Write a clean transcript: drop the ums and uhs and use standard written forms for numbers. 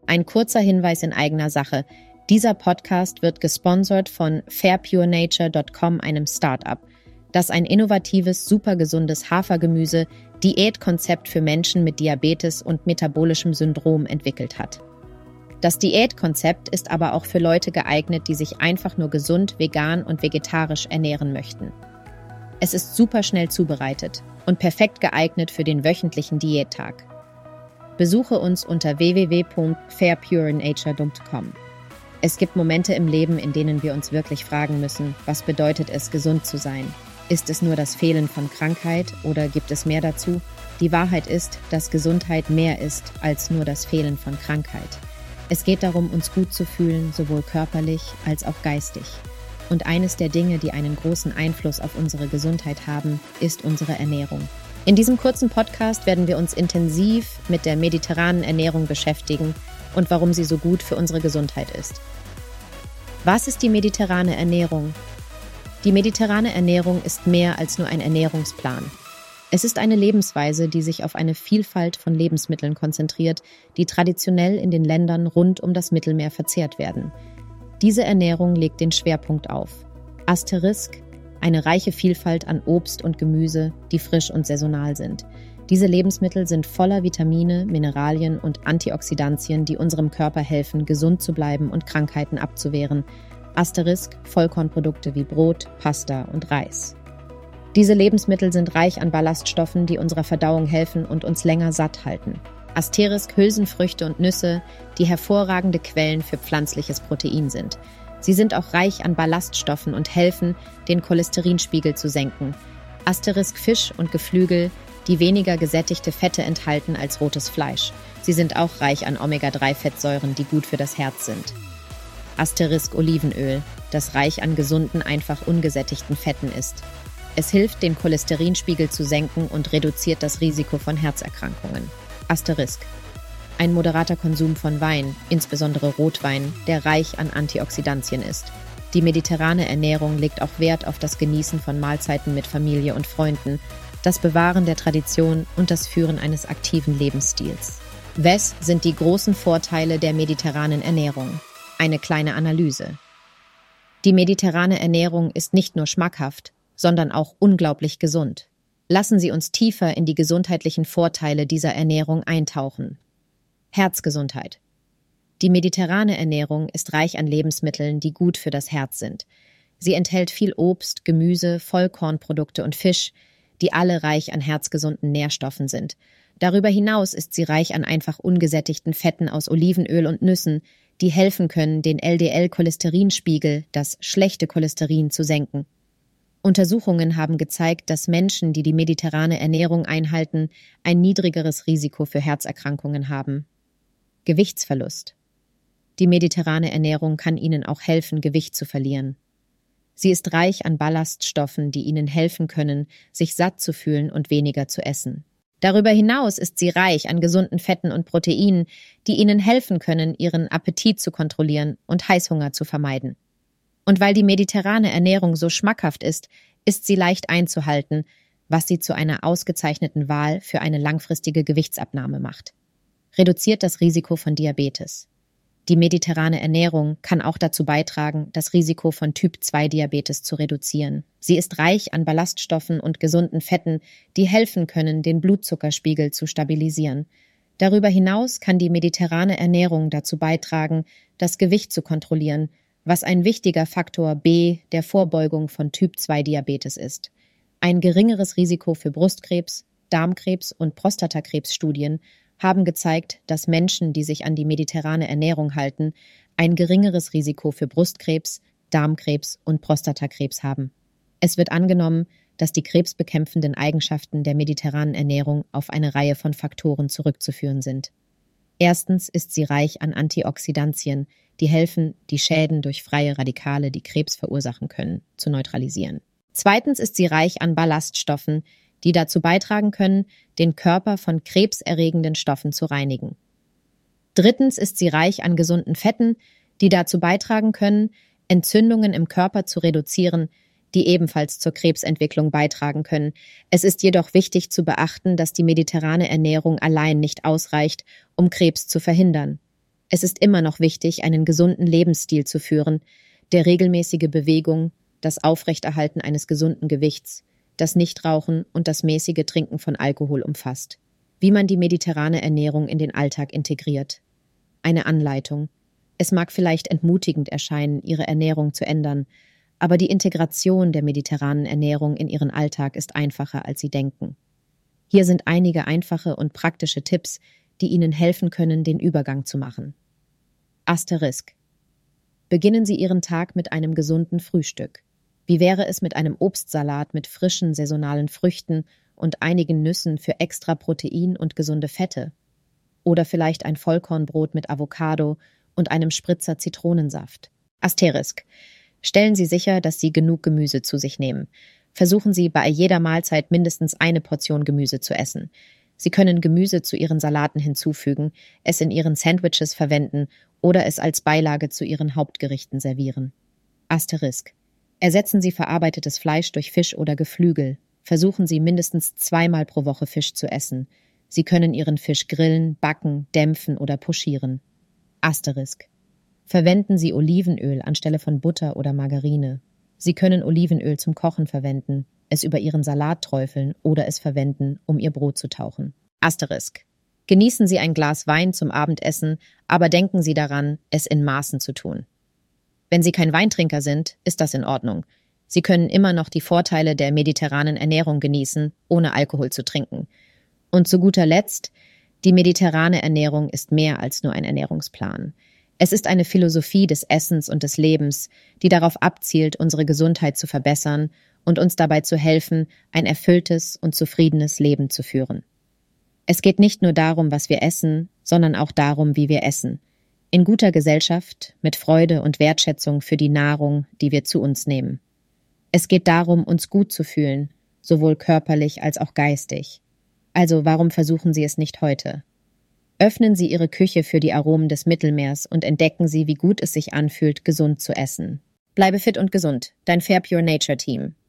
Ein kurzer Hinweis in eigener Sache. Dieser Podcast wird gesponsert von fairpurenature.com, einem Startup, das ein innovatives, supergesundes Hafergemüse-Diätkonzept für Menschen mit Diabetes und metabolischem Syndrom entwickelt hat. Das Diätkonzept ist aber auch für Leute geeignet, die sich einfach nur gesund, vegan und vegetarisch ernähren möchten. Es ist super schnell zubereitet und perfekt geeignet für den wöchentlichen Diättag. Besuche uns unter www.fairpurenature.com. Es gibt Momente im Leben, in denen wir uns wirklich fragen müssen, was bedeutet es, gesund zu sein? Ist es nur das Fehlen von Krankheit oder gibt es mehr dazu? Die Wahrheit ist, dass Gesundheit mehr ist als nur das Fehlen von Krankheit. Es geht darum, uns gut zu fühlen, sowohl körperlich als auch geistig. Und eines der Dinge, die einen großen Einfluss auf unsere Gesundheit haben, ist unsere Ernährung. In diesem kurzen Podcast werden wir uns intensiv mit der mediterranen Ernährung beschäftigen und warum sie so gut für unsere Gesundheit ist. Was ist die mediterrane Ernährung? Die mediterrane Ernährung ist mehr als nur ein Ernährungsplan. Es ist eine Lebensweise, die sich auf eine Vielfalt von Lebensmitteln konzentriert, die traditionell in den Ländern rund um das Mittelmeer verzehrt werden. Diese Ernährung legt den Schwerpunkt auf Asterisk, eine reiche Vielfalt an Obst und Gemüse, die frisch und saisonal sind. Diese Lebensmittel sind voller Vitamine, Mineralien und Antioxidantien, die unserem Körper helfen, gesund zu bleiben und Krankheiten abzuwehren. Asterisk, Vollkornprodukte wie Brot, Pasta und Reis. Diese Lebensmittel sind reich an Ballaststoffen, die unserer Verdauung helfen und uns länger satt halten. Asterisk, Hülsenfrüchte und Nüsse, die hervorragende Quellen für pflanzliches Protein sind. Sie sind auch reich an Ballaststoffen und helfen, den Cholesterinspiegel zu senken. Asterisk, Fisch und Geflügel, die weniger gesättigte Fette enthalten als rotes Fleisch. Sie sind auch reich an Omega-3-Fettsäuren, die gut für das Herz sind. Asterisk, Olivenöl, das reich an gesunden, einfach ungesättigten Fetten ist. Es hilft, den Cholesterinspiegel zu senken und reduziert das Risiko von Herzerkrankungen. Asterisk. Ein moderater Konsum von Wein, insbesondere Rotwein, der reich an Antioxidantien ist. Die mediterrane Ernährung legt auch Wert auf das Genießen von Mahlzeiten mit Familie und Freunden, das Bewahren der Tradition und das Führen eines aktiven Lebensstils. Was sind die großen Vorteile der mediterranen Ernährung? Eine kleine Analyse. Die mediterrane Ernährung ist nicht nur schmackhaft, sondern auch unglaublich gesund. Lassen Sie uns tiefer in die gesundheitlichen Vorteile dieser Ernährung eintauchen. Herzgesundheit. Die mediterrane Ernährung ist reich an Lebensmitteln, die gut für das Herz sind. Sie enthält viel Obst, Gemüse, Vollkornprodukte und Fisch, die alle reich an herzgesunden Nährstoffen sind. Darüber hinaus ist sie reich an einfach ungesättigten Fetten aus Olivenöl und Nüssen, die helfen können, den LDL-Cholesterinspiegel, das schlechte Cholesterin, zu senken. Untersuchungen haben gezeigt, dass Menschen, die die mediterrane Ernährung einhalten, ein niedrigeres Risiko für Herzerkrankungen haben. Gewichtsverlust. Die mediterrane Ernährung kann Ihnen auch helfen, Gewicht zu verlieren. Sie ist reich an Ballaststoffen, die Ihnen helfen können, sich satt zu fühlen und weniger zu essen. Darüber hinaus ist sie reich an gesunden Fetten und Proteinen, die Ihnen helfen können, Ihren Appetit zu kontrollieren und Heißhunger zu vermeiden. Und weil die mediterrane Ernährung so schmackhaft ist sie leicht einzuhalten, was sie zu einer ausgezeichneten Wahl für eine langfristige Gewichtsabnahme macht. Reduziert das Risiko von Diabetes. Die mediterrane Ernährung kann auch dazu beitragen, das Risiko von Typ-2-Diabetes zu reduzieren. Sie ist reich an Ballaststoffen und gesunden Fetten, die helfen können, den Blutzuckerspiegel zu stabilisieren. Darüber hinaus kann die mediterrane Ernährung dazu beitragen, das Gewicht zu kontrollieren, was ein wichtiger Faktor B der Vorbeugung von Typ-2-Diabetes ist. Ein geringeres Risiko für Brustkrebs, Darmkrebs und Prostatakrebsstudien haben gezeigt, dass Menschen, die sich an die mediterrane Ernährung halten, ein geringeres Risiko für Brustkrebs, Darmkrebs und Prostatakrebs haben. Es wird angenommen, dass die krebsbekämpfenden Eigenschaften der mediterranen Ernährung auf eine Reihe von Faktoren zurückzuführen sind. Erstens ist sie reich an Antioxidantien, die helfen, die Schäden durch freie Radikale, die Krebs verursachen können, zu neutralisieren. Zweitens ist sie reich an Ballaststoffen, die dazu beitragen können, den Körper von krebserregenden Stoffen zu reinigen. Drittens ist sie reich an gesunden Fetten, die dazu beitragen können, Entzündungen im Körper zu reduzieren, die ebenfalls zur Krebsentwicklung beitragen können. Es ist jedoch wichtig zu beachten, dass die mediterrane Ernährung allein nicht ausreicht, um Krebs zu verhindern. Es ist immer noch wichtig, einen gesunden Lebensstil zu führen, der regelmäßige Bewegung, das Aufrechterhalten eines gesunden Gewichts, das Nichtrauchen und das mäßige Trinken von Alkohol umfasst. Wie man die mediterrane Ernährung in den Alltag integriert. Eine Anleitung. Es mag vielleicht entmutigend erscheinen, Ihre Ernährung zu ändern, aber die Integration der mediterranen Ernährung in Ihren Alltag ist einfacher, als Sie denken. Hier sind einige einfache und praktische Tipps, die Ihnen helfen können, den Übergang zu machen. Asterisk. Beginnen Sie Ihren Tag mit einem gesunden Frühstück. Wie wäre es mit einem Obstsalat mit frischen saisonalen Früchten und einigen Nüssen für extra Protein und gesunde Fette? Oder vielleicht ein Vollkornbrot mit Avocado und einem Spritzer Zitronensaft. Asterisk. Stellen Sie sicher, dass Sie genug Gemüse zu sich nehmen. Versuchen Sie bei jeder Mahlzeit mindestens eine Portion Gemüse zu essen. Sie können Gemüse zu Ihren Salaten hinzufügen, es in Ihren Sandwiches verwenden oder es als Beilage zu Ihren Hauptgerichten servieren. Asterisk. Ersetzen Sie verarbeitetes Fleisch durch Fisch oder Geflügel. Versuchen Sie mindestens 2-mal pro Woche Fisch zu essen. Sie können Ihren Fisch grillen, backen, dämpfen oder pochieren. Asterisk. Verwenden Sie Olivenöl anstelle von Butter oder Margarine. Sie können Olivenöl zum Kochen verwenden, es über Ihren Salat träufeln oder es verwenden, um Ihr Brot zu tauchen. Asterisk. Genießen Sie ein Glas Wein zum Abendessen, aber denken Sie daran, es in Maßen zu tun. Wenn Sie kein Weintrinker sind, ist das in Ordnung. Sie können immer noch die Vorteile der mediterranen Ernährung genießen, ohne Alkohol zu trinken. Und zu guter Letzt, die mediterrane Ernährung ist mehr als nur ein Ernährungsplan. Es ist eine Philosophie des Essens und des Lebens, die darauf abzielt, unsere Gesundheit zu verbessern und uns dabei zu helfen, ein erfülltes und zufriedenes Leben zu führen. Es geht nicht nur darum, was wir essen, sondern auch darum, wie wir essen. In guter Gesellschaft, mit Freude und Wertschätzung für die Nahrung, die wir zu uns nehmen. Es geht darum, uns gut zu fühlen, sowohl körperlich als auch geistig. Also warum versuchen Sie es nicht heute? Öffnen Sie Ihre Küche für die Aromen des Mittelmeers und entdecken Sie, wie gut es sich anfühlt, gesund zu essen. Bleibe fit und gesund, dein Fair Pure Nature Team.